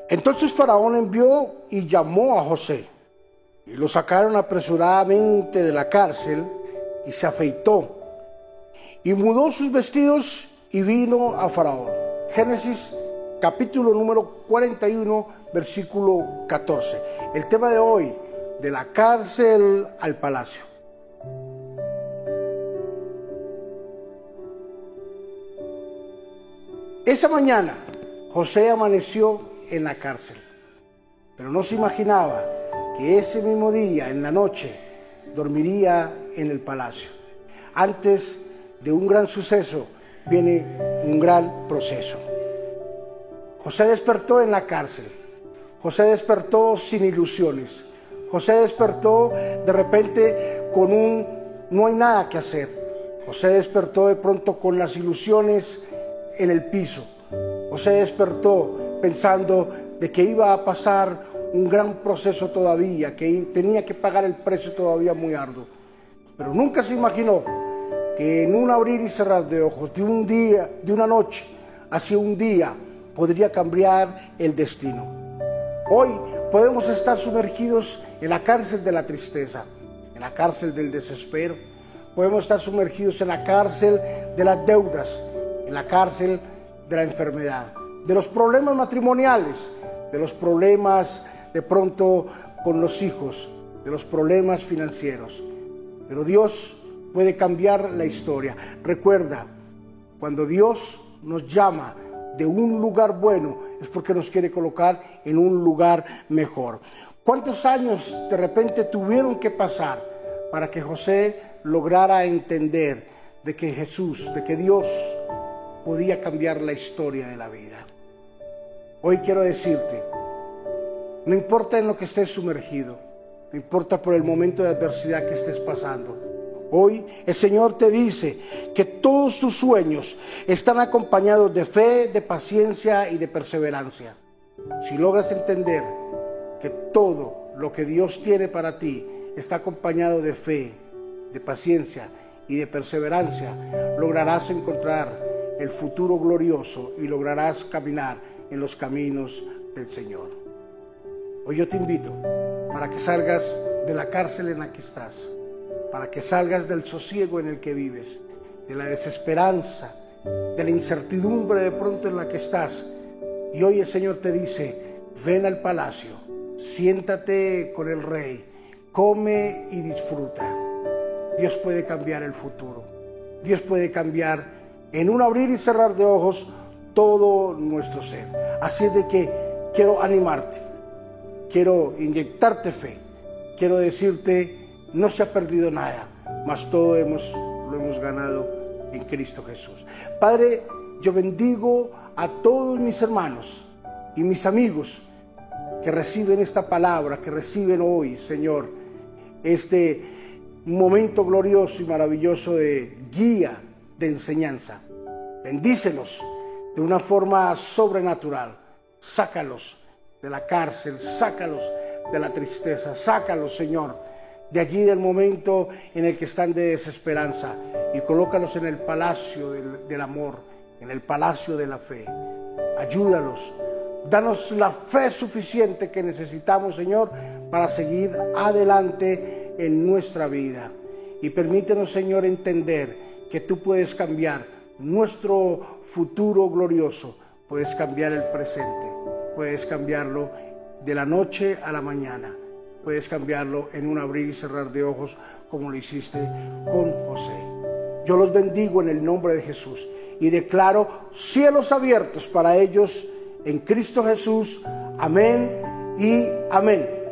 Entonces Faraón envió y llamó a José, y lo sacaron apresuradamente de la cárcel, y se afeitó, y mudó sus vestidos, y vino a Faraón. Génesis capítulo número 41, versículo 14. El tema de hoy, de la cárcel al palacio. Esa mañana, José amaneció en la cárcel, pero no se imaginaba que ese mismo día, en la noche, dormiría en el palacio. Antes de un gran suceso, viene un gran proceso. José despertó en la cárcel. José despertó sin ilusiones. José despertó de repente con no hay nada que hacer. José despertó de pronto con las ilusiones en el piso. José despertó pensando de que iba a pasar un gran proceso todavía, que tenía que pagar el precio todavía muy arduo. Pero nunca se imaginó que en un abrir y cerrar de ojos, de un día, de una noche hacia un día, podría cambiar el destino. Hoy podemos estar sumergidos en la cárcel de la tristeza, en la cárcel del desespero. Podemos estar sumergidos en la cárcel de las deudas, en la cárcel de la enfermedad, de los problemas matrimoniales, de los problemas de pronto con los hijos, de los problemas financieros. Pero Dios puede cambiar la historia. Recuerda, cuando Dios nos llama de un lugar bueno, es porque nos quiere colocar en un lugar mejor. ¿Cuántos años de repente tuvieron que pasar para que José lograra entender de que Jesús, de que Dios podía cambiar la historia de la vida? Hoy quiero decirte, no importa en lo que estés sumergido, no importa por el momento de adversidad que estés pasando, hoy el Señor te dice que todos tus sueños están acompañados de fe, de paciencia y de perseverancia. Si logras entender que todo lo que Dios tiene para ti está acompañado de fe, de paciencia y de perseverancia, lograrás encontrar el futuro glorioso y lograrás caminar en los caminos del Señor. Hoy yo te invito para que salgas de la cárcel en la que estás, para que salgas del sosiego en el que vives, de la desesperanza, de la incertidumbre de pronto en la que estás. Y hoy el Señor te dice, ven al palacio, siéntate con el rey, come y disfruta. Dios puede cambiar el futuro. Dios puede cambiar en un abrir y cerrar de ojos todo nuestro ser. Así es de que quiero animarte, quiero inyectarte fe, quiero decirte, no se ha perdido nada, mas todo lo hemos ganado en Cristo Jesús. Padre, yo bendigo a todos mis hermanos y mis amigos que reciben esta palabra, que reciben hoy, Señor, este momento glorioso y maravilloso de guía, de enseñanza. Bendícelos de una forma sobrenatural. Sácalos de la cárcel, sácalos de la tristeza, sácalos, Señor, de allí del momento en el que están de desesperanza, y colócalos en el palacio del amor, en el palacio de la fe. Ayúdalos, danos la fe suficiente que necesitamos, Señor, para seguir adelante en nuestra vida. Y permítenos, Señor, entender que tú puedes cambiar nuestro futuro glorioso, puedes cambiar el presente, puedes cambiarlo de la noche a la mañana, puedes cambiarlo en un abrir y cerrar de ojos como lo hiciste con José. Yo los bendigo en el nombre de Jesús y declaro cielos abiertos para ellos en Cristo Jesús. Amén y amén.